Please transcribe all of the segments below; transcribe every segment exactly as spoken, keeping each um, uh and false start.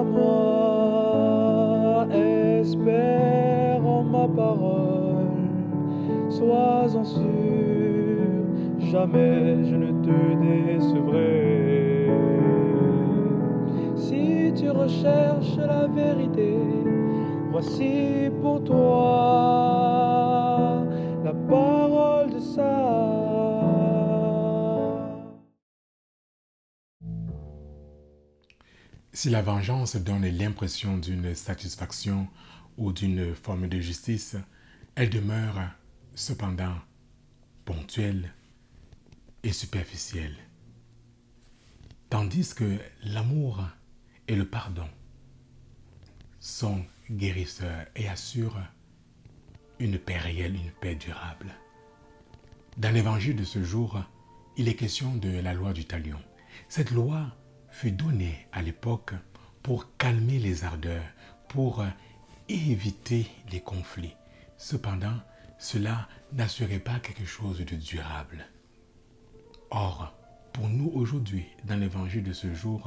à moi, espère en ma parole, sois-en sûr, jamais je ne te décevrai. Si tu recherches la vérité, voici pour toi la parole de ça. Si la vengeance donne l'impression d'une satisfaction ou d'une forme de justice, elle demeure cependant ponctuelle et superficielle. Tandis que l'amour et le pardon sont guérisseurs et assurent une paix réelle, une paix durable. Dans l'évangile de ce jour, il est question de la loi du talion. Cette loi fut donnée à l'époque pour calmer les ardeurs, pour éviter les conflits. Cependant, cela n'assurait pas quelque chose de durable. Or, pour nous aujourd'hui, dans l'évangile de ce jour,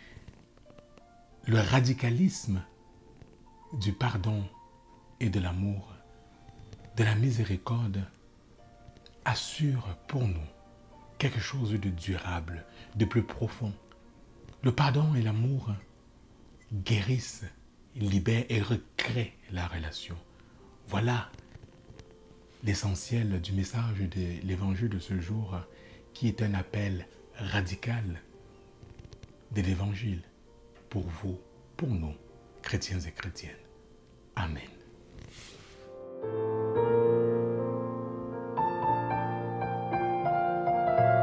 le radicalisme du pardon et de l'amour, de la miséricorde, assure pour nous quelque chose de durable, de plus profond. Le pardon et l'amour guérissent, libèrent et recréent la relation. Voilà l'essentiel du message de l'évangile de ce jour, qui est un appel radical de l'évangile pour vous, pour nous, chrétiens et chrétiennes. Amen.